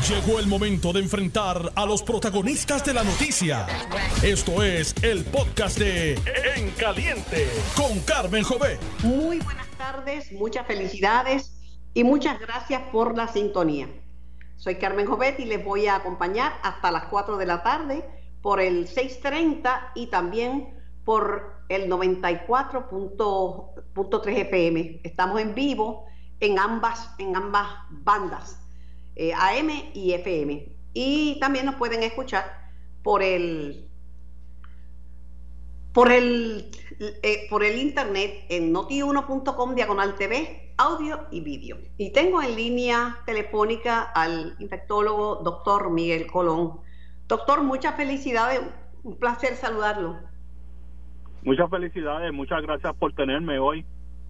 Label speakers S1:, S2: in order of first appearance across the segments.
S1: Llegó el momento de enfrentar a los protagonistas de la noticia. Esto es el podcast de En Caliente con Carmen Jovet.
S2: Muy buenas tardes, muchas felicidades y muchas gracias por la sintonía. Soy Carmen Jovet y les voy a acompañar hasta las 4 de la tarde por el 630 y también por el 94.3 FM. Estamos en vivo en ambas bandas, AM y FM. Y también nos pueden escuchar por el internet en noti1.com/TV, audio y vídeo. Y tengo en línea telefónica al infectólogo doctor Miguel Colón. Doctor, muchas felicidades, un placer saludarlo.
S3: Muchas felicidades, muchas gracias por tenerme hoy.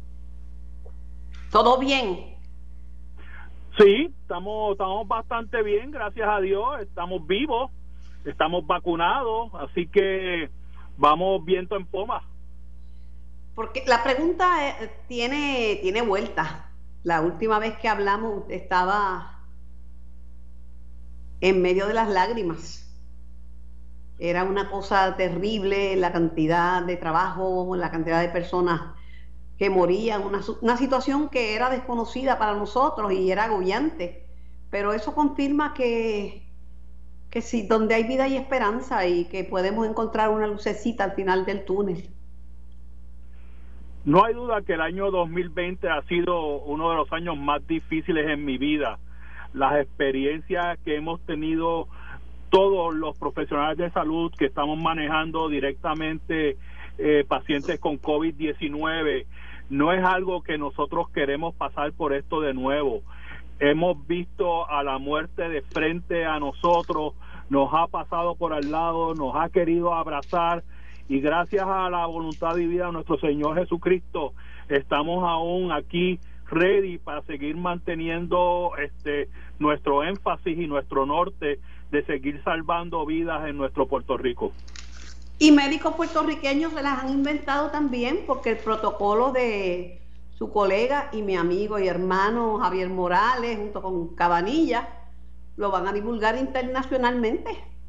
S2: ¿Todo bien?
S3: Sí, estamos bastante bien, gracias a Dios, estamos vivos, estamos vacunados, así que vamos viento en popa.
S2: Porque la pregunta tiene vuelta. La última vez que hablamos usted estaba en medio de las lágrimas. Era una cosa terrible la cantidad de trabajo, la cantidad de personas que morían, una situación que era desconocida para nosotros y era agobiante. Pero eso confirma que sí, donde hay vida hay esperanza y que podemos encontrar una lucecita al final del túnel.
S3: No hay duda que el año 2020 ha sido uno de los años más difíciles en mi vida. Las experiencias que hemos tenido todos los profesionales de salud que estamos manejando directamente pacientes con COVID-19, no es algo que nosotros queremos pasar por esto de nuevo. Hemos visto a la muerte de frente a nosotros, nos ha pasado por al lado, nos ha querido abrazar, y gracias a la voluntad divina de nuestro Señor Jesucristo estamos aún aquí ready para seguir manteniendo nuestro énfasis y nuestro norte de seguir salvando vidas en nuestro Puerto Rico.
S2: Y médicos puertorriqueños se las han inventado también, porque el protocolo de su colega y mi amigo y hermano Javier Morales junto con Cabanilla lo van a divulgar internacionalmente.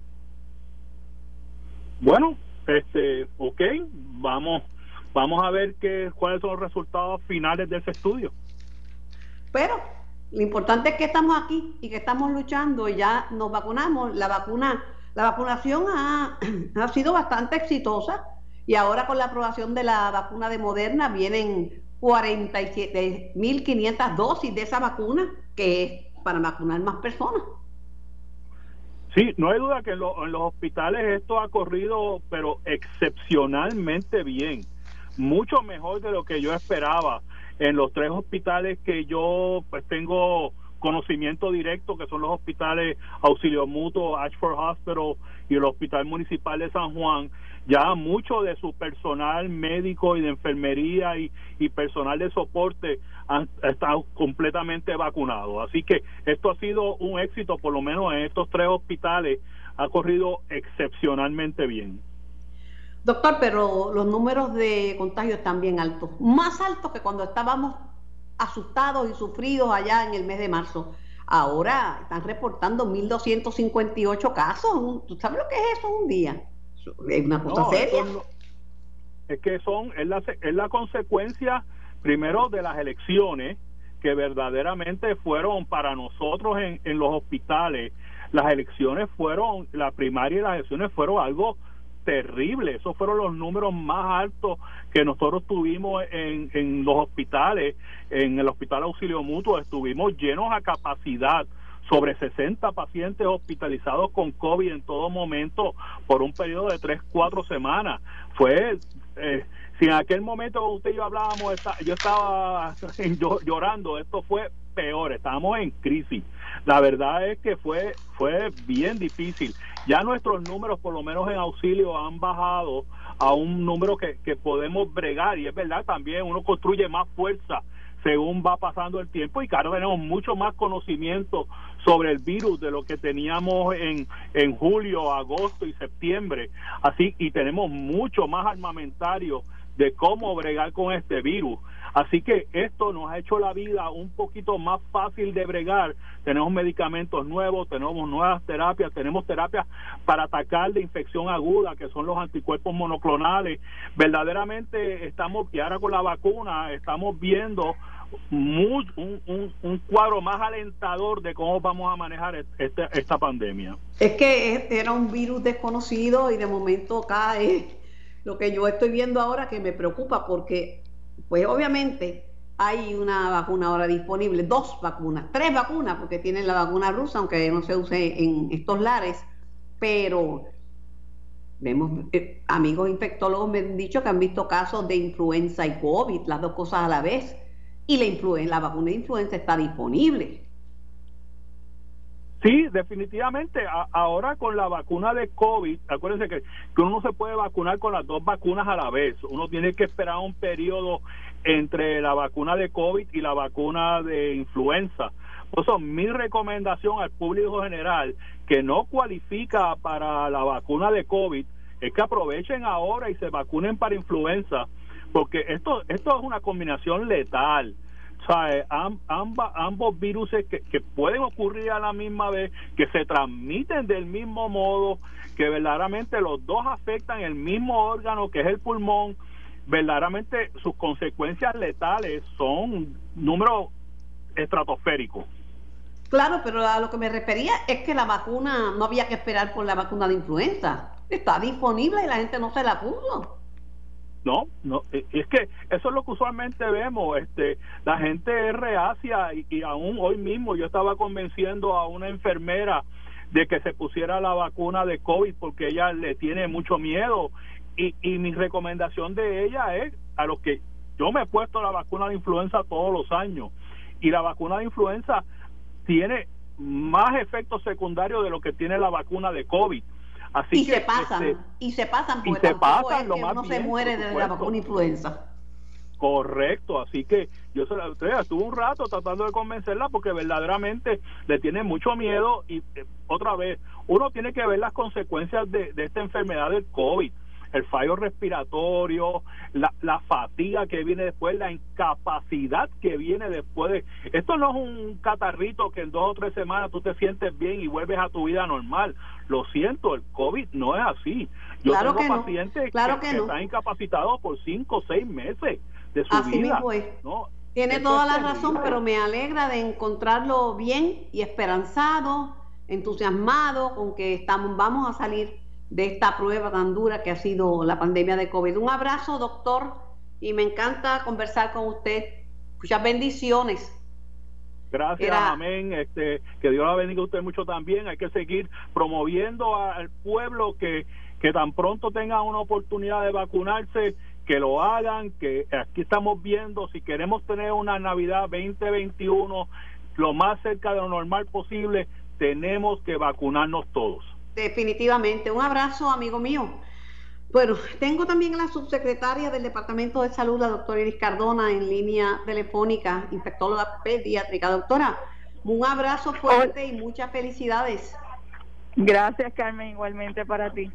S3: Bueno, ok, vamos a ver cuáles son los resultados finales de ese estudio.
S2: Pero lo importante es que estamos aquí y que estamos luchando y ya nos vacunamos. La vacunación ha sido bastante exitosa y ahora con la aprobación de la vacuna de Moderna vienen 47.500 dosis de esa vacuna, que es para vacunar más personas.
S3: Sí, no hay duda que en los hospitales esto ha corrido, pero excepcionalmente bien, mucho mejor de lo que yo esperaba. En los 3 hospitales que yo tengo conocimiento directo, que son los hospitales Auxilio Mutuo, Ashford Hospital y el Hospital Municipal de San Juan, ya mucho de su personal médico y de enfermería y personal de soporte han estado completamente vacunados. Así que esto ha sido un éxito, por lo menos en estos 3 hospitales, ha corrido excepcionalmente bien.
S2: Doctor, pero los números de contagios están bien altos, más altos que cuando estábamos asustados y sufridos allá en el mes de marzo. Ahora están reportando 1.258 casos. ¿Tú sabes lo que es eso un día? Es una cosa seria.
S3: Es que es la consecuencia primero de las elecciones, que verdaderamente fueron para nosotros en los hospitales. Las elecciones fueron, la primaria y las elecciones fueron algo terrible. Esos fueron los números más altos que nosotros tuvimos en los hospitales. En el Hospital Auxilio Mutuo estuvimos llenos a capacidad, sobre 60 pacientes hospitalizados con COVID en todo momento por un periodo de 3-4 semanas. Fue si en aquel momento usted y yo hablábamos, yo estaba llorando, esto fue peor, estábamos en crisis. La verdad es que fue bien difícil. Ya nuestros números, por lo menos en auxilio, han bajado a un número que podemos bregar, y es verdad, también uno construye más fuerza según va pasando el tiempo, y claro, tenemos mucho más conocimiento sobre el virus de lo que teníamos en julio, agosto y septiembre, así, y tenemos mucho más armamentario de cómo bregar con este virus. Así que esto nos ha hecho la vida un poquito más fácil de bregar. Tenemos medicamentos nuevos, tenemos nuevas terapias, tenemos terapias para atacar la infección aguda, que son los anticuerpos monoclonales. Verdaderamente estamos, y ahora con la vacuna, estamos viendo un cuadro más alentador de cómo vamos a manejar esta pandemia.
S2: Es que era un virus desconocido y de momento cae. Lo que yo estoy viendo ahora que me preocupa porque pues obviamente hay una vacuna ahora disponible, 2 vacunas, 3 vacunas, porque tienen la vacuna rusa, aunque no se use en estos lares, pero vemos, amigos infectólogos me han dicho que han visto casos de influenza y COVID, las 2 cosas a la vez, y la vacuna de influenza está disponible.
S3: Sí, definitivamente. Ahora con la vacuna de COVID, acuérdense que uno no se puede vacunar con las 2 vacunas a la vez. Uno tiene que esperar un periodo entre la vacuna de COVID y la vacuna de influenza. Por eso mi recomendación al público general que no cualifica para la vacuna de COVID es que aprovechen ahora y se vacunen para influenza, porque esto es una combinación letal. O sea, ambos virus que pueden ocurrir a la misma vez, que se transmiten del mismo modo, que verdaderamente los dos afectan el mismo órgano que es el pulmón, verdaderamente sus consecuencias letales son números estratosféricos.
S2: Claro, pero a lo que me refería es que la vacuna, no había que esperar por la vacuna de influenza, está disponible y la gente no se la puso.
S3: No, es que eso es lo que usualmente vemos, la gente es reacia y aún hoy mismo yo estaba convenciendo a una enfermera de que se pusiera la vacuna de COVID porque ella le tiene mucho miedo y mi recomendación de ella es a los que yo me he puesto la vacuna de influenza todos los años y la vacuna de influenza tiene más efectos secundarios de lo que tiene la vacuna de COVID. Así
S2: se pasan porque tampoco es que uno se muere de la vacuna influenza.
S3: Correcto, así que yo estuve un rato tratando de convencerla porque verdaderamente le tiene mucho miedo y otra vez, uno tiene que ver las consecuencias de esta enfermedad del COVID, el fallo respiratorio, la fatiga que viene después, la incapacidad que viene después esto no es un catarrito que en 2 o 3 semanas tú te sientes bien y vuelves a tu vida normal. Lo siento, el COVID no es así. Yo tengo pacientes que están incapacitados por 5 o 6 meses de su
S2: así
S3: vida.
S2: Mismo es.
S3: ¿No?
S2: Tiene toda la razón, pero me alegra de encontrarlo bien y esperanzado, entusiasmado con que vamos a salir de esta prueba tan dura que ha sido la pandemia de COVID. Un abrazo, doctor, y me encanta conversar con usted. Muchas bendiciones.
S3: Gracias, amén. Que Dios la bendiga a usted mucho también. Hay que seguir promoviendo al pueblo que tan pronto tengan una oportunidad de vacunarse, que lo hagan, que aquí estamos viendo, si queremos tener una Navidad 2021 lo más cerca de lo normal posible, tenemos que vacunarnos todos.
S2: Definitivamente. Un abrazo, amigo mío. Bueno, tengo también a la subsecretaria del Departamento de Salud, la doctora Iris Cardona, en línea telefónica, infectóloga pediátrica. Doctora, un abrazo fuerte y muchas felicidades.
S4: Gracias, Carmen, igualmente para ti.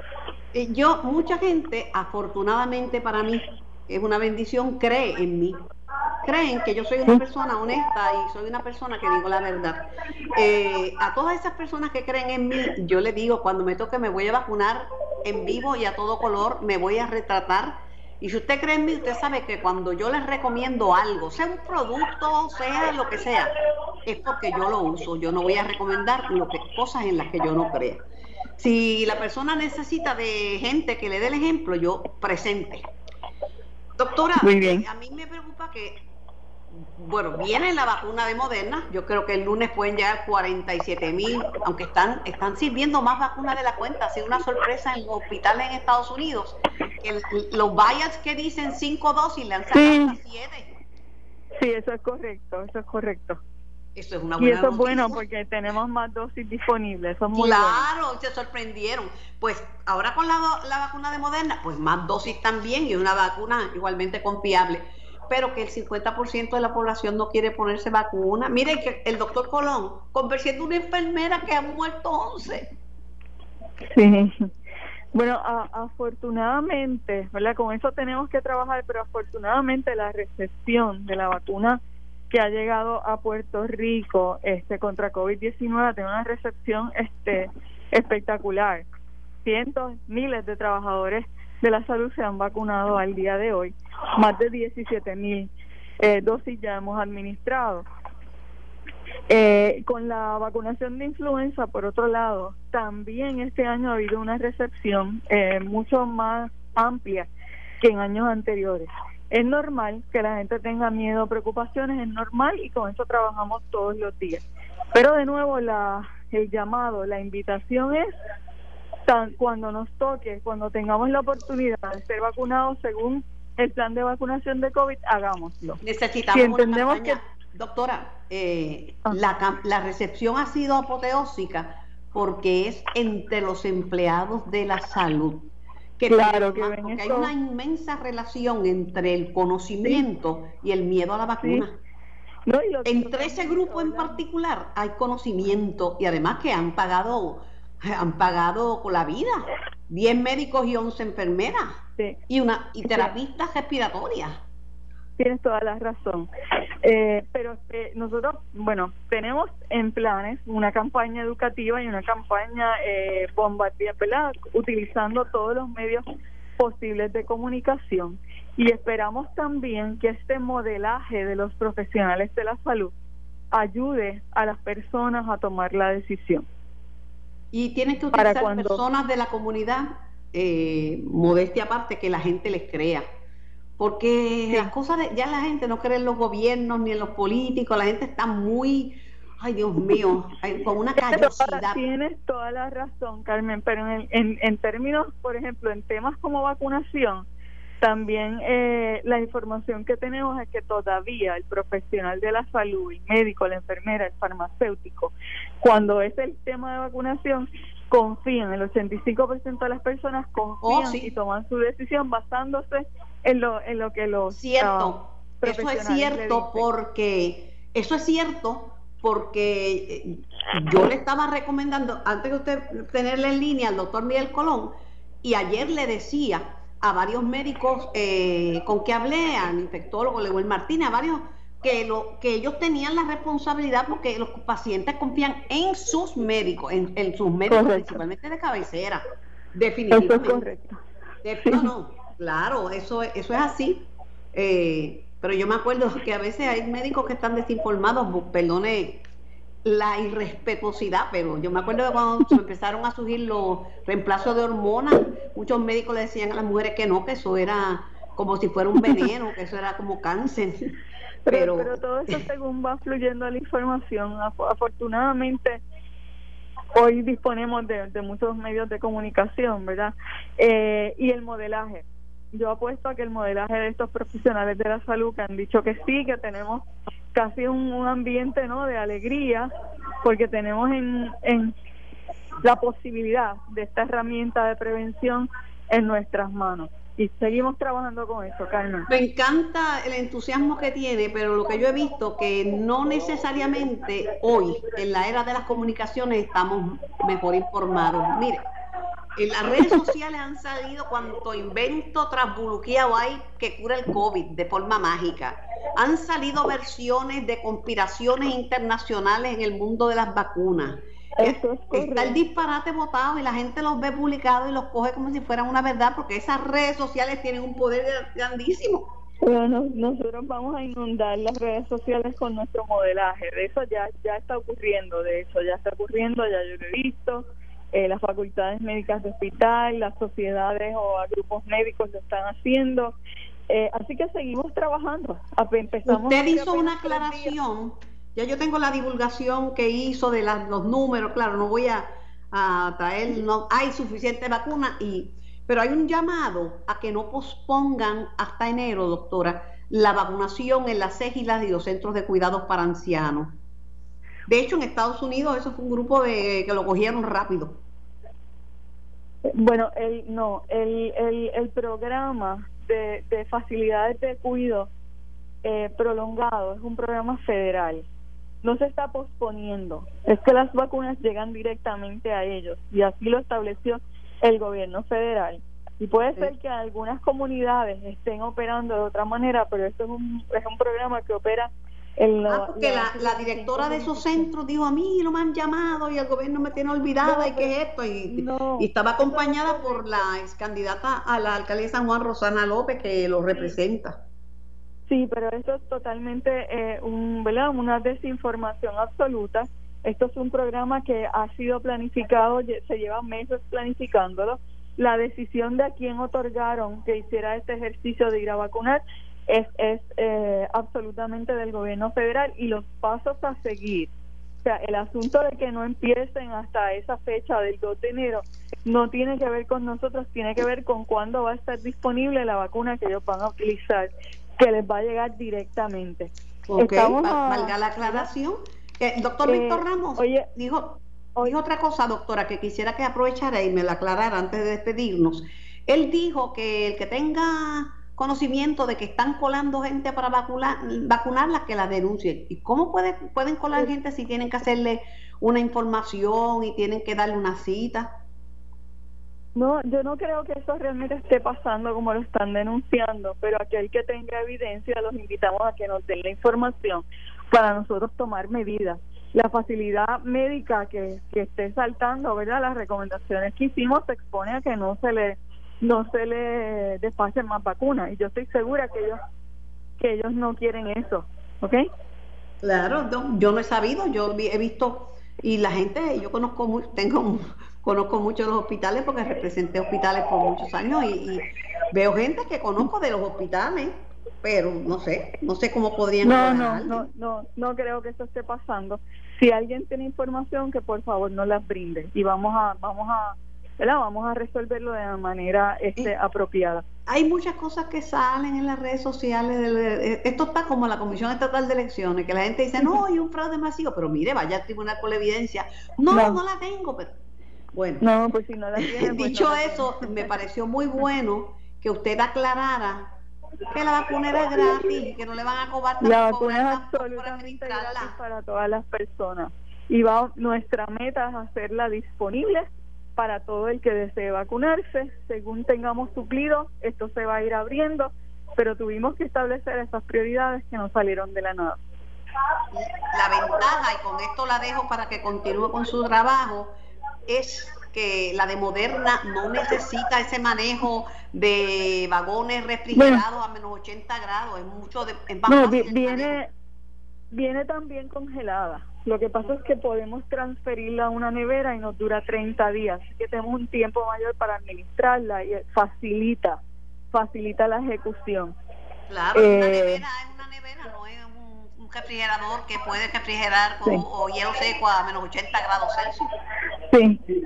S2: Mucha gente, afortunadamente para mí, es una bendición, cree en mí. Creen que yo soy una persona honesta y soy una persona que digo la verdad. A todas esas personas que creen en mí, yo les digo, cuando me toque me voy a vacunar en vivo y a todo color, me voy a retratar. Y si usted cree en mí, usted sabe que cuando yo les recomiendo algo, sea un producto, sea lo que sea, es porque yo lo uso. Yo no voy a recomendar cosas en las que yo no crea. Si la persona necesita de gente que le dé el ejemplo, yo presente. Doctora,
S4: muy bien.
S2: A mí me preocupa que, bueno, viene la vacuna de Moderna, yo creo que el lunes pueden llegar 47,000, aunque están sirviendo más vacunas de la cuenta. Ha sido una sorpresa en los hospitales en Estados Unidos. Los buyers que dicen 5 dosis le han sacado hasta 7.
S4: Sí, eso es correcto,
S2: Eso es una buena
S4: y eso
S2: noticia.
S4: Es bueno porque tenemos más dosis disponibles. Eso es muy
S2: claro,
S4: bueno.
S2: Se sorprendieron. Pues ahora con la vacuna de Moderna, pues más dosis también y una vacuna igualmente confiable. Pero que el 50% de la población no quiere ponerse vacuna. Mire que el doctor Colón, conversando una enfermera que ha muerto 11.
S4: Sí. Bueno, afortunadamente, ¿verdad? Con eso tenemos que trabajar, pero afortunadamente la recepción de la vacuna que ha llegado a Puerto Rico contra COVID-19 tiene una recepción espectacular. Cientos, miles de trabajadores de la salud se han vacunado al día de hoy. Más de 17,000 dosis ya hemos administrado. Con la vacunación de influenza, por otro lado, también este año ha habido una recepción mucho más amplia que en años anteriores. Es normal que la gente tenga miedo, preocupaciones, es normal y con eso trabajamos todos los días. Pero de nuevo el llamado, la invitación es cuando nos toque, cuando tengamos la oportunidad de ser vacunados según el plan de vacunación de COVID, hagámoslo.
S2: Necesitamos una campaña. Doctora, la recepción ha sido apoteósica porque es entre los empleados de la salud.
S4: Claro,
S2: porque hay una inmensa relación entre el conocimiento y el miedo a la vacuna.
S4: Sí. No,
S2: entre ese grupo en particular hay conocimiento y además que han pagado con la vida 10 médicos y 11 enfermeras y terapistas respiratorias.
S4: Tienes toda la razón. Pero nosotros, tenemos en planes una campaña educativa y una campaña bombardea, ¿verdad? Utilizando todos los medios posibles de comunicación. Y esperamos también que este modelaje de los profesionales de la salud ayude a las personas a tomar la decisión.
S2: Y tienen que utilizar personas de la comunidad, modestia aparte, que la gente les crea. Porque las cosas ya la gente no cree en los gobiernos ni en los políticos, la gente está muy, ay Dios mío, con una callosidad.
S4: Tienes toda la razón, Carmen, pero en términos, por ejemplo, en temas como vacunación, también la información que tenemos es que todavía el profesional de la salud, el médico, la enfermera, el farmacéutico, cuando es el tema de vacunación, confían, el 85% de las personas confían y toman su decisión basándose en lo que los
S2: eso es cierto porque yo le estaba recomendando antes de usted tenerle en línea al doctor Miguel Colón, y ayer le decía a varios médicos con que hablé, al infectólogo Lewel Martínez, a varios que ellos tenían la responsabilidad porque los pacientes confían en sus médicos, en sus médicos, principalmente de cabecera, definitivamente.
S4: Eso es correcto.
S2: Claro, eso es así. Pero yo me acuerdo que a veces hay médicos que están desinformados, perdone la irrespetuosidad, pero yo me acuerdo de cuando se empezaron a surgir los reemplazos de hormonas, muchos médicos le decían a las mujeres que no, que eso era como si fuera un veneno, que eso era como cáncer.
S4: Pero todo eso según va fluyendo la información. Afortunadamente hoy disponemos de muchos medios de comunicación, ¿verdad? Y el modelaje. Yo apuesto a que el modelaje de estos profesionales de la salud que han dicho que sí, que tenemos casi un ambiente, ¿no?, de alegría, porque tenemos en la posibilidad de esta herramienta de prevención en nuestras manos. Y seguimos trabajando con eso, Carmen.
S2: Me encanta el entusiasmo que tiene, pero lo que yo he visto que no necesariamente hoy, en la era de las comunicaciones, estamos mejor informados. Mire, en las redes sociales han salido cuanto invento transbuluqueado hay que cura el COVID de forma mágica. Han salido versiones de conspiraciones internacionales en el mundo de las vacunas. Está el disparate votado y la gente los ve publicados y los coge como si fueran una verdad, porque esas redes sociales tienen un poder grandísimo.
S4: Bueno, nosotros vamos a inundar las redes sociales con nuestro modelaje. De eso ya está ocurriendo, ya yo lo he visto. Las facultades médicas de hospital, las sociedades o grupos médicos lo están haciendo. Así que seguimos trabajando.
S2: Usted hizo una aclaración. Ya yo tengo la divulgación que hizo de los números. Claro, no voy a traer, no hay suficiente vacuna, pero hay un llamado a que no pospongan hasta enero, doctora, la vacunación en las CEGILAS y los centros de cuidados para ancianos. De hecho, en Estados Unidos eso fue un grupo que lo cogieron rápido.
S4: Bueno, el programa de facilidades de cuidado prolongado es un programa federal. No se está posponiendo, es que las vacunas llegan directamente a ellos, y así lo estableció el gobierno federal. Y puede ser que algunas comunidades estén operando de otra manera, pero esto es un programa que opera en
S2: porque la directora de esos centros dijo: a mí no me han llamado y el gobierno me tiene olvidada, y qué es esto, y estaba acompañada por la ex candidata a la alcaldía de San Juan, Rosana López, que lo representa.
S4: Sí, pero esto es totalmente una desinformación absoluta. Esto es un programa que ha sido planificado, se lleva meses planificándolo. La decisión de a quién otorgaron que hiciera este ejercicio de ir a vacunar es absolutamente del gobierno federal, y los pasos a seguir, o sea, el asunto de que no empiecen hasta esa fecha del 2 de enero no tiene que ver con nosotros, tiene que ver con cuándo va a estar disponible la vacuna que ellos van a utilizar, que les va a llegar directamente.
S2: Valga la aclaración. Doctor Víctor Ramos dijo otra cosa, doctora, que quisiera que aprovechara y me la aclarara antes de despedirnos. Él dijo que el que tenga conocimiento de que están colando gente para vacunarlas, que la denuncien. ¿Y cómo pueden colar gente si tienen que hacerle una información y tienen que darle una cita?
S4: No, yo no creo que eso realmente esté pasando como lo están denunciando, pero aquel que tenga evidencia los invitamos a que nos den la información para nosotros tomar medidas. La facilidad médica que esté saltando, ¿verdad? Las recomendaciones que hicimos se expone a que no se le despachen más vacunas, y yo estoy segura que ellos no quieren eso, ¿ok?
S2: Claro, yo no he sabido, yo he visto, y la gente, yo conozco mucho los hospitales porque representé hospitales por muchos años, y veo gente que conozco de los hospitales, pero no sé cómo podrían.
S4: No creo que eso esté pasando. Si alguien tiene información, que por favor no las brinde, y vamos a resolverlo de la manera apropiada. Hay
S2: muchas cosas que salen en las redes sociales. Esto está como la Comisión Estatal de Elecciones, que la gente dice: no, hay un fraude masivo, pero mire, vaya al tribunal con la evidencia. No la tengo, pero bueno.
S4: No, pues si no la tiene,
S2: dicho eso, me pareció muy bueno que usted aclarara que la vacuna era gratis y que no le van a cobrar.
S4: La vacuna es absolutamente gratis para todas las personas, y nuestra meta es hacerla disponible para todo el que desee vacunarse. Según tengamos suplido, esto se va a ir abriendo, pero tuvimos que establecer esas prioridades que no salieron de la nada.
S2: La ventaja, y con esto la dejo para que continúe con su trabajo, es que la de Moderna no necesita ese manejo de vagones refrigerados a menos 80 grados, es mucho es más fácil.
S4: Viene también congelada. Lo que pasa es que podemos transferirla a una nevera y nos dura 30 días, así que tenemos un tiempo mayor para administrarla, y facilita la ejecución.
S2: Claro, una nevera es una nevera, no es un refrigerador que puede refrigerar o hielo seco a menos 80 grados Celsius.
S4: Sí.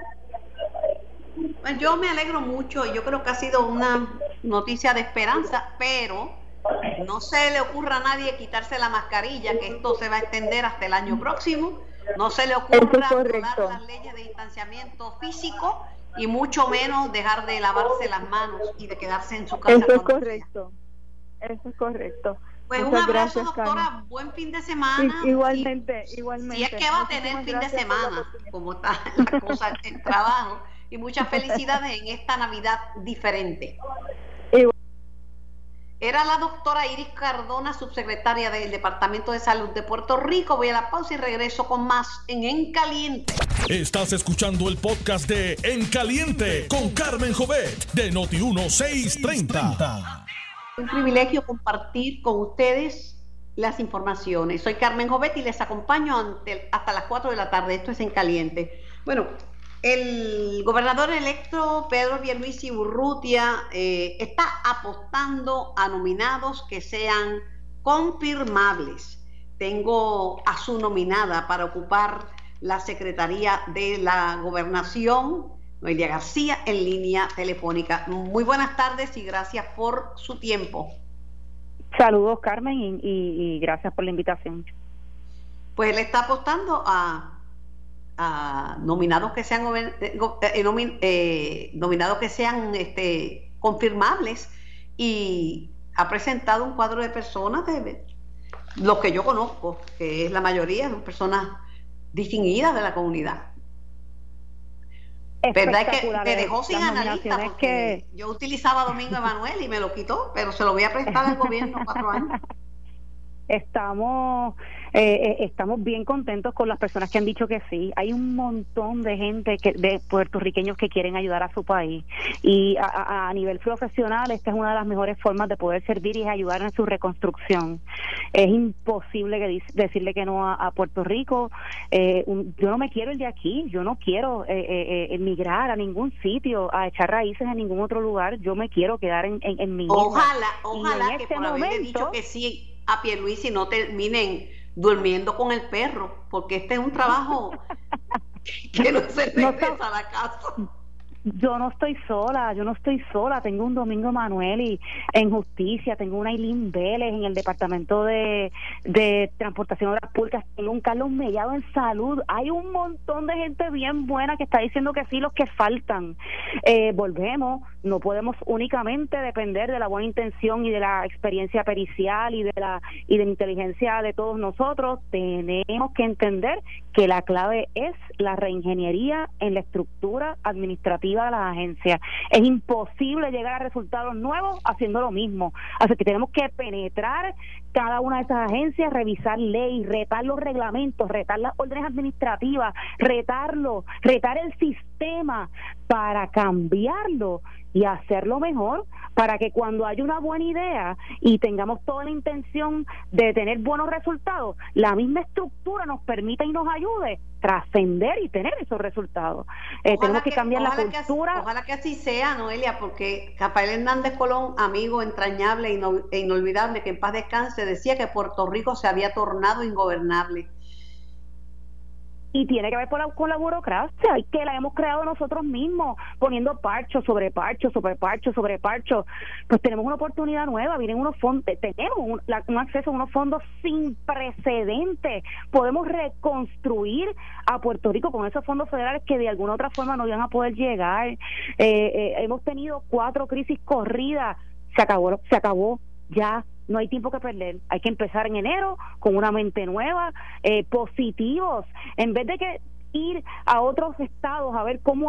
S2: Pues yo me alegro mucho, y yo creo que ha sido una noticia de esperanza, pero no se le ocurra a nadie quitarse la mascarilla, que esto se va a extender hasta el año próximo. No se le ocurra violar las leyes de distanciamiento físico, y mucho menos dejar de lavarse las manos y de quedarse en su casa.
S4: Eso es correcto.
S2: Pues un abrazo, doctora, Carmen. Buen fin de semana.
S4: Igualmente.
S2: Si es que va a tener fin de semana, como está la cosa en trabajo, y muchas felicidades en esta Navidad diferente. Era la doctora Iris Cardona, subsecretaria del Departamento de Salud de Puerto Rico. Voy a la pausa y regreso con más en Caliente.
S1: Estás escuchando el podcast de En Caliente con Carmen Jovet de Noti1 630.
S2: Un privilegio compartir con ustedes las informaciones. Soy Carmen Jovet y les acompaño hasta las 4 de la tarde. Esto es En Caliente. Bueno, el gobernador electo Pedro Pierluisi Urrutia está apostando a nominados que sean confirmables. Tengo a su nominada para ocupar la Secretaría de la Gobernación, Noelia García, en línea telefónica. Muy buenas tardes y gracias por su tiempo.
S5: Saludos, Carmen, y gracias por la invitación.
S2: Pues él está apostando a nominados que sean nominados que sean confirmables, y ha presentado un cuadro de personas, de los que yo conozco, que es la mayoría, son personas distinguidas de la comunidad. ¿Verdad que me
S5: espectaculares
S2: dejó sin
S5: las
S2: analista?
S5: nominaciones
S2: Porque yo utilizaba a Domingo Emanuel y me lo quitó, pero se lo voy a prestar al gobierno 4 años.
S5: Estamos bien contentos con las personas que han dicho que sí. Hay un montón de gente, de puertorriqueños que quieren ayudar a su país, y a nivel profesional esta es una de las mejores formas de poder servir y es ayudar en su reconstrucción. Es imposible decirle que no a Puerto Rico. Yo no me quiero ir de aquí, yo no quiero emigrar a ningún sitio, a echar raíces en ningún otro lugar. Yo me quiero quedar en mi isla.
S2: Ojalá que por haberle dicho que sí a Pierluisi no terminen durmiendo con el perro, porque este es un trabajo que no se regresa a la casa.
S5: Yo no estoy sola, tengo un Domingo Emanuel y en justicia, tengo una Ailín Vélez en el departamento de transportación de obras públicas, tengo un Carlos Mellado en salud, hay un montón de gente bien buena que está diciendo que sí, los que faltan. Volvemos, no podemos únicamente depender de la buena intención y de la experiencia pericial y de la inteligencia de todos nosotros. Tenemos que entender que la clave es la reingeniería en la estructura administrativa de las agencias. Es imposible llegar a resultados nuevos haciendo lo mismo. Así que tenemos que penetrar cada una de esas agencias, revisar ley, retar los reglamentos, retar las órdenes administrativas, retar el sistema para cambiarlo y hacerlo mejor, para que cuando haya una buena idea y tengamos toda la intención de tener buenos resultados, la misma estructura nos permita y nos ayude a trascender y tener esos resultados. Tenemos que cambiar la cultura.
S2: Ojalá que así sea, Noelia, porque Rafael Hernández Colón, amigo entrañable e inolvidable, que en paz descanse, decía que Puerto Rico se había tornado ingobernable.
S5: Y tiene que ver con la burocracia, y que la hemos creado nosotros mismos, poniendo parcho sobre parcho sobre parcho sobre parcho. Pues tenemos una oportunidad nueva, vienen unos fondos, tenemos un acceso a unos fondos sin precedentes. Podemos reconstruir a Puerto Rico con esos fondos federales que de alguna otra forma no iban a poder llegar. Hemos tenido 4 crisis corridas, se acabó ya. No hay tiempo que perder, hay que empezar en enero con una mente nueva, positivos, en vez de que ir a otros estados a ver cómo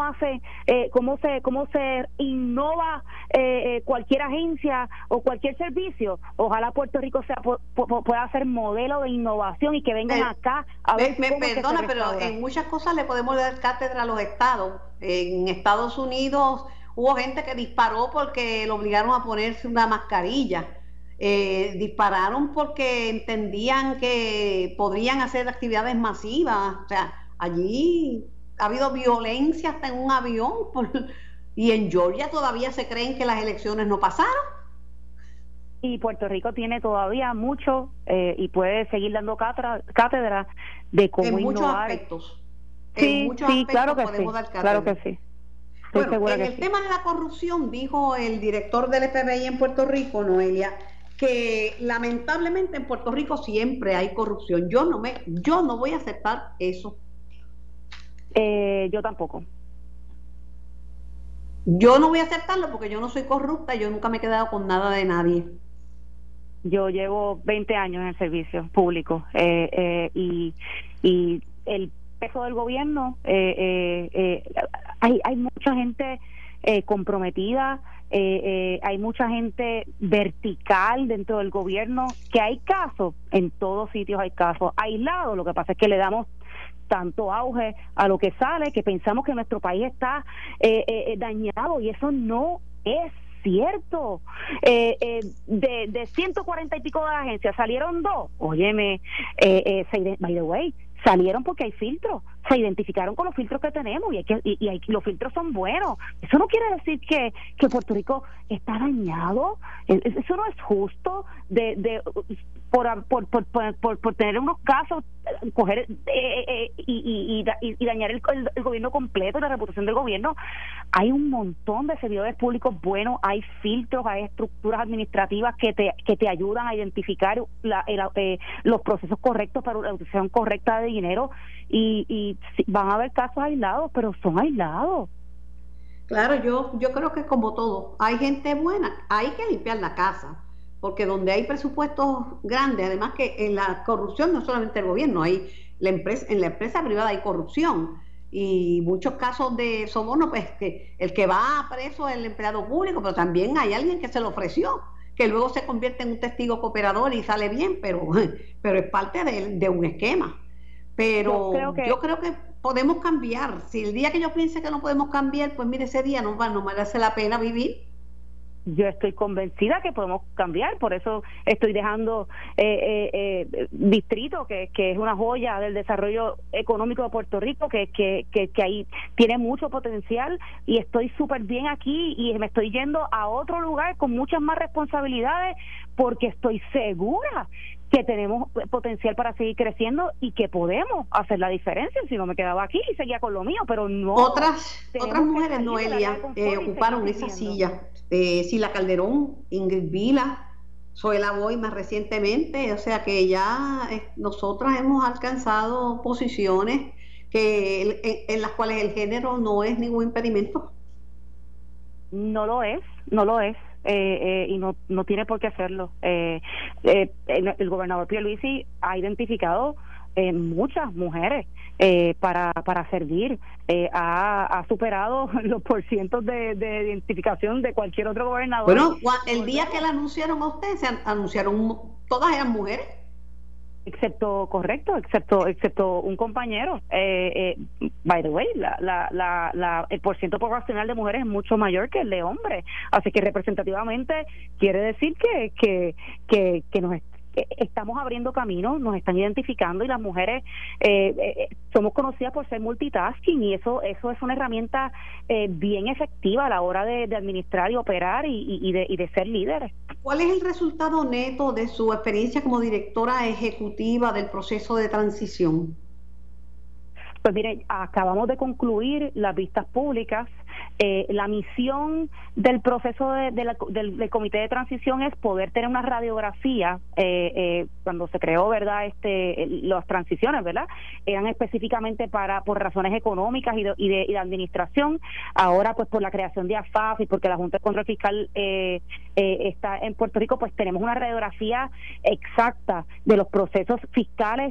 S5: se innova cualquier agencia o cualquier servicio. Ojalá Puerto Rico pueda ser modelo de innovación y que vengan acá a ver.
S2: Me perdona, pero en muchas cosas le podemos dar cátedra a los estados. En Estados Unidos hubo gente que disparó porque lo obligaron a ponerse una mascarilla. Dispararon porque entendían que podrían hacer actividades masivas. O sea, allí ha habido violencia hasta en un avión y en Georgia todavía se creen que las elecciones no pasaron.
S5: Y Puerto Rico tiene todavía mucho y puede seguir dando cátedra de cómo innovar.
S2: En muchos aspectos
S5: claro que
S2: podemos dar cátedra.
S5: Claro que sí.
S2: Bueno, en el tema de la corrupción, dijo el director del FBI en Puerto Rico, Noelia, que lamentablemente en Puerto Rico siempre hay corrupción. Yo no voy a aceptar eso.
S5: Yo tampoco.
S2: Yo no voy a aceptarlo porque yo no soy corrupta, yo nunca me he quedado con nada de nadie.
S5: Yo llevo 20 años en el servicio público y el peso del gobierno, hay mucha gente comprometida, hay mucha gente vertical dentro del gobierno, que hay casos, en todos sitios hay casos aislados. Lo que pasa es que le damos tanto auge a lo que sale que pensamos que nuestro país está dañado, y eso no es cierto. De 140 y pico de agencias salieron 2. Óyeme, by the way, salieron porque hay filtros, se identificaron con los filtros que tenemos y los filtros son buenos. Eso no quiere decir que Puerto Rico está dañado. Eso no es justo por tener unos casos, coger y dañar el gobierno completo, la reputación del gobierno. Hay un montón de servidores públicos buenos, hay filtros, hay estructuras administrativas que te ayudan a identificar los procesos correctos para la utilización correcta de dinero, y van a haber casos aislados, pero son aislados.
S2: Claro, yo creo que como todo, hay gente buena, hay que limpiar la casa, porque donde hay presupuestos grandes, además que en la corrupción no solamente el gobierno, en la empresa privada hay corrupción, y muchos casos de soborno, pues que el que va preso es el empleado público, pero también hay alguien que se lo ofreció, que luego se convierte en un testigo cooperador y sale bien, pero es parte de un esquema. Pero yo creo que podemos cambiar. Si el día que yo piense que no podemos cambiar, pues mire, ese día no merece la pena vivir.
S5: Yo estoy convencida que podemos cambiar, por eso estoy dejando Distrito, que es una joya del desarrollo económico de Puerto Rico, que ahí tiene mucho potencial, y estoy súper bien aquí y me estoy yendo a otro lugar con muchas más responsabilidades, porque estoy segura que tenemos potencial para seguir creciendo y que podemos hacer la diferencia. Si no, me quedaba aquí y seguía con lo mío, pero no.
S2: Otras mujeres, Noelia, ocuparon esa silla. Sila Calderón, Ingrid Vila, Zoela Boy más recientemente, o sea que ya nosotras hemos alcanzado posiciones en las cuales el género no es ningún impedimento.
S5: No lo es, y no tiene por qué hacerlo. El gobernador Pierluisi ha identificado muchas mujeres para servir, ha superado los porcientos de identificación de cualquier otro gobernador.
S2: Bueno, el día que la anunciaron a usted, se anunciaron, todas eran mujeres.
S5: Excepto un compañero. By the way, el porciento poblacional de mujeres es mucho mayor que el de hombres, así que representativamente quiere decir que estamos abriendo camino, nos están identificando, y las mujeres somos conocidas por ser multitasking, y eso es una herramienta bien efectiva a la hora de administrar y operar y de ser líderes.
S2: ¿Cuál es el resultado neto de su experiencia como directora ejecutiva del proceso de transición?
S5: Pues mire, acabamos de concluir las vistas públicas. La misión del proceso del comité de transición es poder tener una radiografía. Cuando se creó, ¿verdad?, las transiciones, ¿verdad?, eran específicamente por razones económicas y de administración. Ahora, pues por la creación de AFAF y porque la Junta de Control Fiscal está en Puerto Rico, pues tenemos una radiografía exacta de los procesos fiscales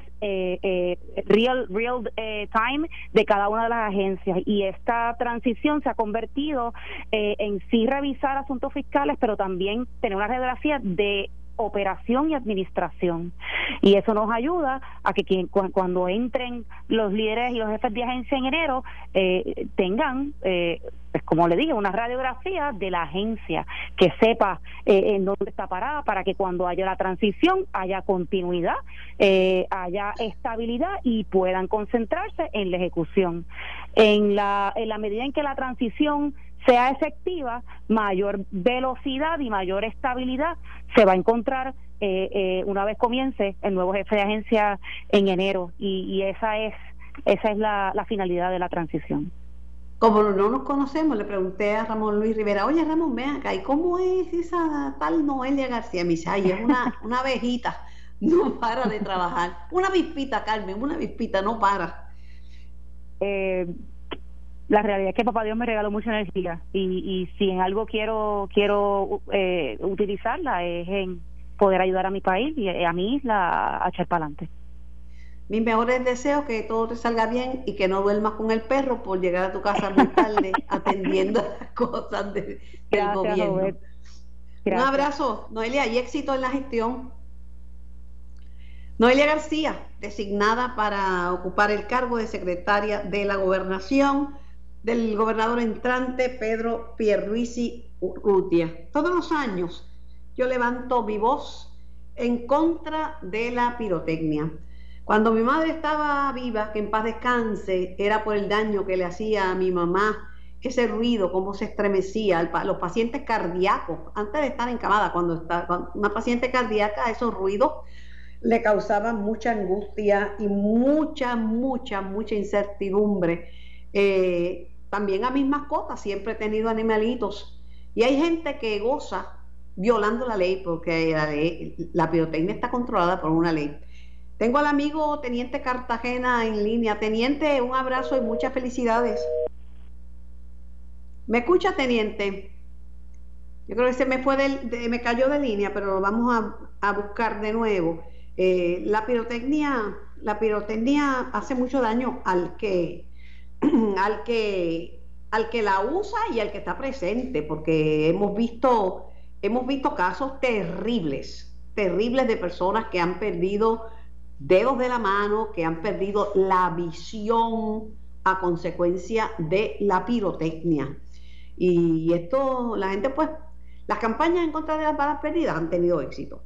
S5: real time de cada una de las agencias, y esta transición se ha convertido en sí revisar asuntos fiscales, pero también tener una radiografía de operación y administración, y eso nos ayuda a que cuando entren los líderes y los jefes de agencia en enero tengan, pues como le dije, una radiografía de la agencia, que sepa en dónde está parada, para que cuando haya la transición haya continuidad, haya estabilidad y puedan concentrarse en la ejecución. En la medida en que la transición sea efectiva, mayor velocidad y mayor estabilidad se va a encontrar una vez comience el nuevo jefe de agencia en enero, y esa es la finalidad de la transición.
S2: Como no nos conocemos, le pregunté a Ramón Luis Rivera: oye, Ramón, ven acá, ¿y cómo es esa tal Noelia García? Me dice: ay, es una abejita, no para de trabajar. Una avispita, Carmen, una avispita, no para.
S5: La realidad es que Papá Dios me regaló mucha energía, y si en algo quiero utilizarla es en poder ayudar a mi país y a mi isla a echar para adelante.
S2: Mis mejores deseos, que todo te salga bien y que no duermas con el perro por llegar a tu casa muy tarde atendiendo las cosas del gobierno. Robert. Un abrazo, Noelia, y éxito en la gestión. Noelia García, designada para ocupar el cargo de secretaria de la Gobernación del gobernador entrante Pedro Pierluisi Urrutia. Todos los años yo levanto mi voz en contra de la pirotecnia. Cuando mi madre estaba viva, que en paz descanse, era por el daño que le hacía a mi mamá, ese ruido, cómo se estremecía. Los pacientes cardíacos, antes de estar encamada, cuando una paciente cardíaca, esos ruidos le causaban mucha angustia y mucha incertidumbre. También a mis mascotas, siempre he tenido animalitos, y hay gente que goza violando la ley, porque la pirotecnia está controlada por una ley. Tengo al amigo Teniente Cartagena en línea. Teniente, un abrazo y muchas felicidades. ¿Me escucha, Teniente? Yo creo que se me me cayó de línea, pero lo vamos a buscar de nuevo. La pirotecnia hace mucho daño al que al que la usa y al que está presente, porque hemos visto casos terribles de personas que han perdido dedos de la mano, que han perdido la visión a consecuencia de la pirotecnia. Y esto, la gente pues, las campañas en contra de las balas perdidas han tenido éxito.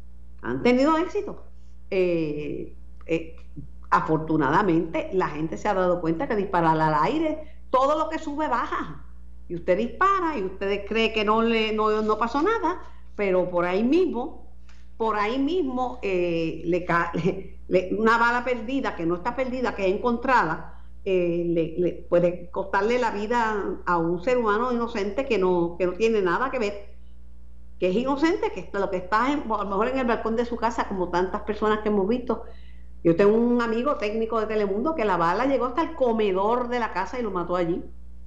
S2: Afortunadamente la gente se ha dado cuenta que disparar al aire, todo lo que sube baja, y usted dispara y usted cree que no pasó nada, pero por ahí mismo una bala perdida, que no está perdida, que es encontrada, le puede costarle la vida a un ser humano inocente que no tiene nada que ver, que es inocente, que lo que está a lo mejor en el balcón de su casa, como tantas personas que hemos visto. Yo tengo un amigo técnico de Telemundo que la bala llegó hasta el comedor de la casa y lo mató allí.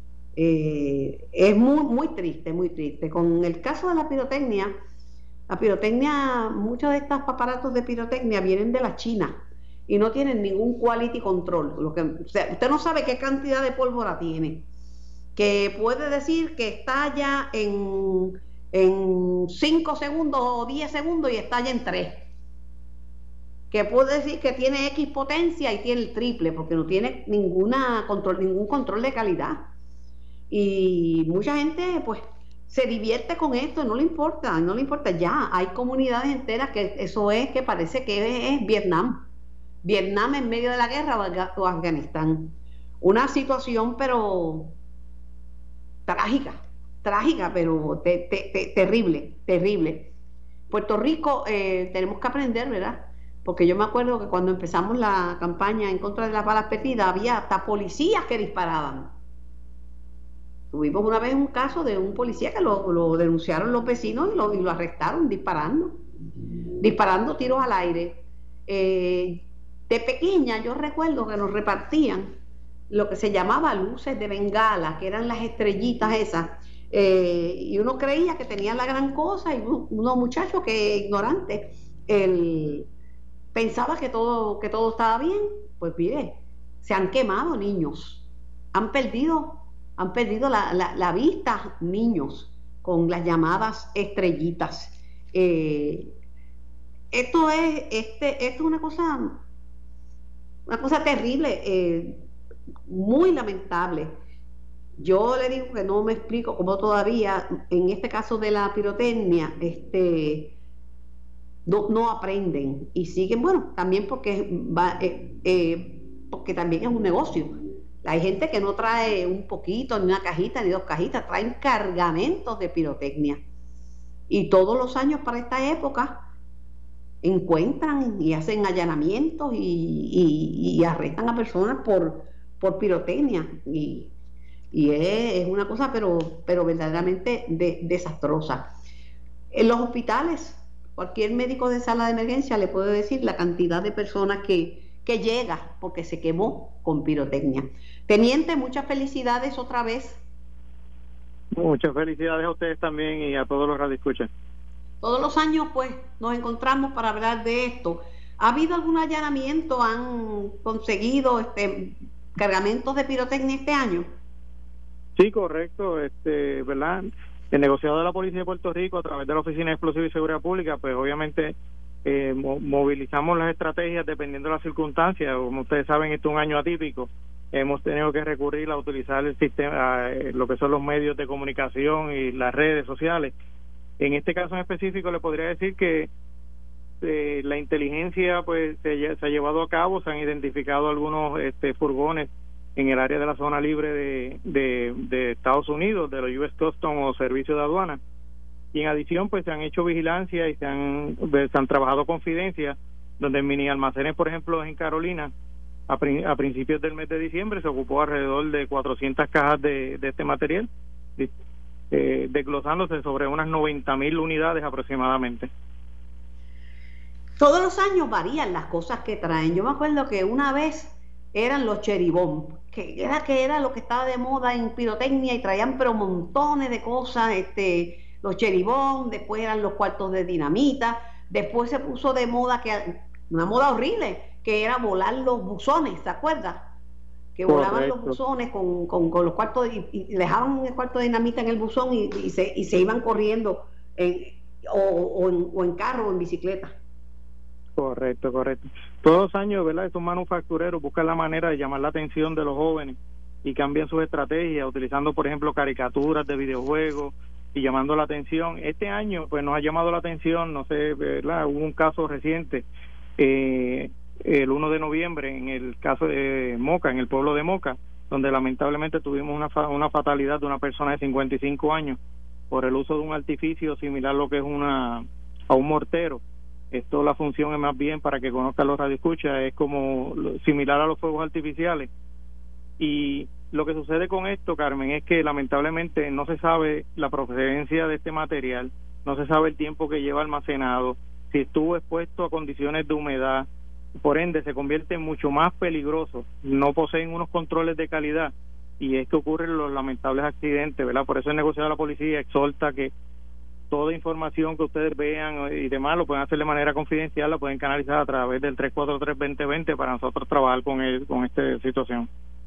S2: Es muy triste, muy triste. Con el caso de la pirotecnia, muchos de estos aparatos de pirotecnia vienen de la China y no tienen ningún quality control. Usted no sabe qué cantidad de pólvora tiene, que puede decir que estalla en 5 segundos o 10 segundos y estalla en 3. Que puede decir que tiene X potencia y tiene el triple, porque no tiene ningún control de calidad. Y mucha gente pues se divierte con esto, no le importa. Ya hay comunidades enteras que eso es, que parece que es Vietnam en medio de la guerra o Afganistán. Una situación pero trágica, pero terrible. Puerto Rico tenemos que aprender, ¿verdad? Porque yo me acuerdo que cuando empezamos la campaña en contra de las balas perdidas había hasta policías que disparaban. Tuvimos una vez un caso de un policía que lo denunciaron los vecinos y lo arrestaron disparando tiros al aire. De pequeña yo recuerdo que nos repartían lo que se llamaba luces de bengala, que eran las estrellitas esas, y uno creía que tenían la gran cosa, y unos muchachos que ignorantes pensaba que todo estaba bien. Pues mire, se han quemado niños, han perdido la vista niños con las llamadas estrellitas. Esto es una cosa terrible, muy lamentable. Yo le digo que no me explico cómo todavía en este caso de la pirotecnia no aprenden y siguen, bueno, también porque también es un negocio. Hay gente que no trae un poquito, ni una cajita, ni 2 cajitas, traen cargamentos de pirotecnia. Y todos los años para esta época encuentran y hacen allanamientos y arrestan a personas por pirotecnia. Y es una cosa pero verdaderamente desastrosa. En los hospitales, cualquier médico de sala de emergencia le puede decir la cantidad de personas que llega porque se quemó con pirotecnia. Teniente, muchas felicidades otra vez.
S3: Muchas felicidades a ustedes también y a todos los radioescuchas.
S2: Todos los años pues nos encontramos para hablar de esto. ¿Ha habido algún allanamiento? ¿Han conseguido cargamentos de pirotecnia este año?
S3: Sí, correcto, ¿verdad? El negociado de la Policía de Puerto Rico a través de la Oficina de Explosivos y Seguridad Pública, pues obviamente movilizamos las estrategias dependiendo de las circunstancias. Como ustedes saben, esto es un año atípico. Hemos tenido que recurrir a utilizar el sistema, lo que son los medios de comunicación y las redes sociales. En este caso en específico le podría decir que la inteligencia pues se ha llevado a cabo, se han identificado algunos furgones en el área de la zona libre de Estados Unidos, de los US Customs o Servicio de Aduana. Y en adición pues se han hecho vigilancia y se han trabajado confidencias, donde en mini almacenes, por ejemplo en Carolina, a principios del mes de diciembre se ocupó alrededor de 400 cajas de este material, desglosándose sobre unas 90,000 unidades aproximadamente.
S2: Todos los años varían las cosas que traen. Yo me acuerdo que una vez eran los cheribón, que era lo que estaba de moda en pirotecnia, y traían pero montones de cosas, los cheribón. Después eran los cuartos de dinamita. Después se puso de moda, una moda horrible, que era volar los buzones, ¿se acuerda? que volaban los buzones con los cuartos y dejaban el cuarto de dinamita en el buzón y se iban corriendo o en carro o en bicicleta.
S6: Correcto. Todos los años, ¿verdad?, estos manufactureros buscan la manera de llamar la atención de los jóvenes y cambian sus estrategias, utilizando, por ejemplo, caricaturas de videojuegos y llamando la atención. Este año, pues, nos ha llamado la atención, no sé, ¿verdad?, hubo un caso reciente, el 1 de noviembre, en el caso de Moca, en el pueblo de Moca, donde lamentablemente tuvimos una fatalidad de una persona de 55 años por el uso de un artificio similar a lo que es a un mortero. Esto, la función es más bien, para que conozcan los radioescuchas, es como similar a los fuegos artificiales. Y lo que sucede con esto, Carmen, es que lamentablemente no se sabe la procedencia de este material, no se sabe el tiempo que lleva almacenado, si estuvo expuesto a condiciones de humedad, por ende se convierte en mucho más peligroso, no poseen unos controles de calidad y es que ocurren los lamentables accidentes, ¿verdad? Por eso el negociado de la policía exhorta que toda información que ustedes vean y demás lo pueden hacer de manera confidencial, la pueden canalizar a través del 343-2020 para nosotros trabajar con esta situación.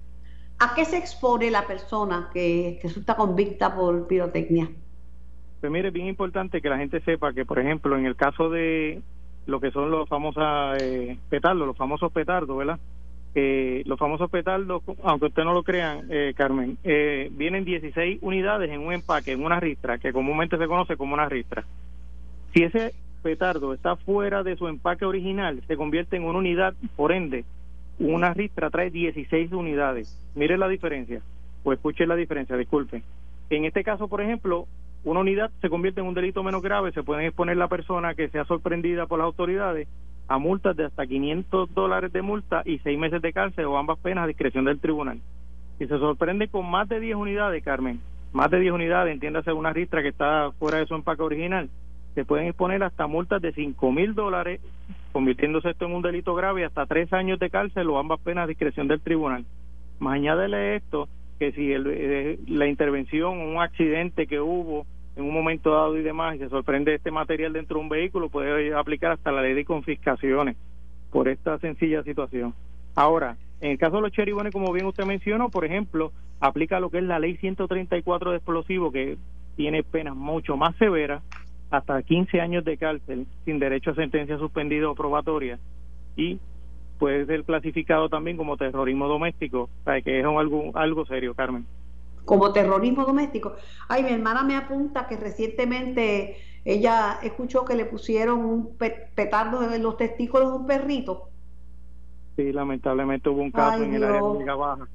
S2: ¿A qué se expone la persona que resulta convicta por pirotecnia?
S6: Pues mire, es bien importante que la gente sepa que, por ejemplo, en el caso de lo que son los famosos petardos, los famosos petardos, ¿verdad? Los famosos petardos, aunque usted no lo crean, Carmen, vienen 16 unidades en un empaque, en una ristra, que comúnmente se conoce como una ristra. Si ese petardo está fuera de su empaque original, se convierte en una unidad, por ende, una ristra trae 16 unidades. Mire la diferencia, o escuche la diferencia, disculpen. En este caso, por ejemplo, una unidad se convierte en un delito menos grave, se pueden exponer la persona que sea sorprendida por las autoridades a multas de hasta $500 de multa y 6 meses de cárcel o ambas penas a discreción del tribunal. Si se sorprende con más de 10 unidades, Carmen, más de 10 unidades, entiéndase una ristra que está fuera de su empaque original, se pueden exponer hasta multas de $5,000, convirtiéndose esto en un delito grave, hasta 3 años de cárcel o ambas penas a discreción del tribunal. Más añádele esto, que si la intervención o un accidente que hubo en un momento dado y demás, y se sorprende este material dentro de un vehículo, puede aplicar hasta la ley de confiscaciones por esta sencilla situación. Ahora, en el caso de los cheribones, como bien usted mencionó, por ejemplo, aplica lo que es la ley 134 de explosivos, que tiene penas mucho más severas, hasta 15 años de cárcel, sin derecho a sentencia suspendida o probatoria, y puede ser clasificado también como terrorismo doméstico, o sea, que es algo serio, Carmen.
S2: Como terrorismo doméstico. Ay, mi hermana me apunta que recientemente ella escuchó que le pusieron un petardo en los testículos de un perrito.
S6: Sí, lamentablemente hubo un caso en el área de Vega Baja.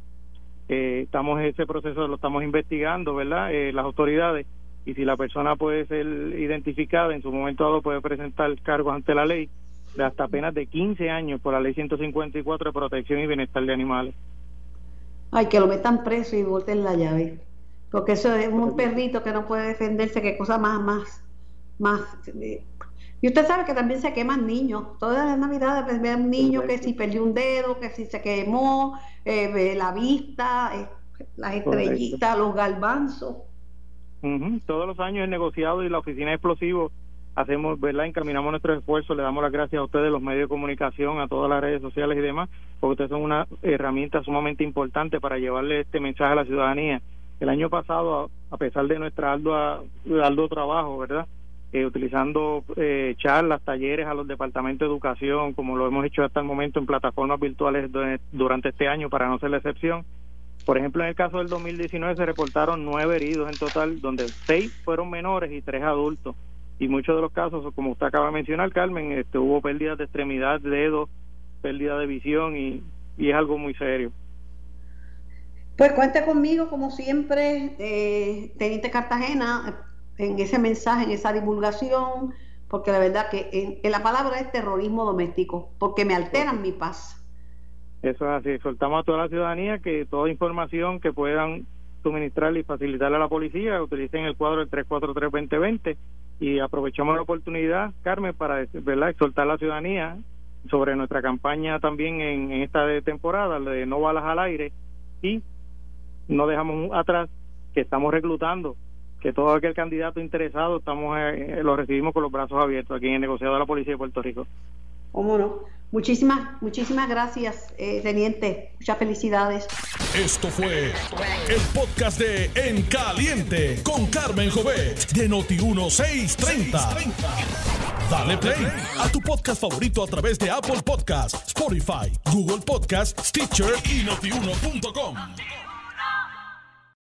S6: Ese proceso lo estamos investigando, ¿verdad? Las autoridades, y si la persona puede ser identificada, en su momento dado puede presentar cargos ante la ley de hasta apenas de 15 años por la ley 154 de protección y bienestar de animales. Ay,
S2: que lo metan preso y volten la llave, porque eso es un perrito que no puede defenderse, qué cosa más. Y usted sabe que también se queman niños, todas las navidades pues, ve un niño que si perdió un dedo, que si se quemó, la vista, las estrellitas, los garbanzos.
S6: Todos los años es negociado y la oficina de explosivos hacemos, ¿verdad? Encaminamos nuestros esfuerzos, le damos las gracias a ustedes, los medios de comunicación, a todas las redes sociales y demás, porque ustedes son una herramienta sumamente importante para llevarle este mensaje a la ciudadanía. El año pasado, a pesar de nuestra arduo trabajo, ¿verdad? Utilizando charlas, talleres a los departamentos de educación, como lo hemos hecho hasta el momento en plataformas virtuales durante este año, para no ser la excepción. Por ejemplo, en el caso del 2019 se reportaron 9 heridos en total, donde 6 fueron menores y 3 adultos. Y muchos de los casos, como usted acaba de mencionar, Carmen, hubo pérdidas de extremidad, dedos, pérdida de visión y es algo muy serio.
S2: Pues cuente conmigo, como siempre, Teniente Cartagena, en ese mensaje, en esa divulgación, porque la verdad que en la palabra es terrorismo doméstico, porque me alteran mi paz.
S6: Eso es así. Exhortamos a toda la ciudadanía que toda información que puedan suministrarle y facilitarle a la policía, utilicen el cuadro del 343-2020, y aprovechamos la oportunidad, Carmen, para, ¿verdad?, exhortar a la ciudadanía sobre nuestra campaña también en esta temporada de no balas al aire, y no dejamos atrás que estamos reclutando, que todo aquel candidato interesado lo recibimos con los brazos abiertos aquí en el negociado de la Policía de Puerto Rico.
S2: ¿Cómo no? Muchísimas gracias, teniente. Muchas felicidades.
S1: Esto fue el podcast de En Caliente con Carmen Jovet de Noti1 630. Dale play a tu podcast favorito a través de Apple Podcasts, Spotify, Google Podcasts, Stitcher y Notiuno.com.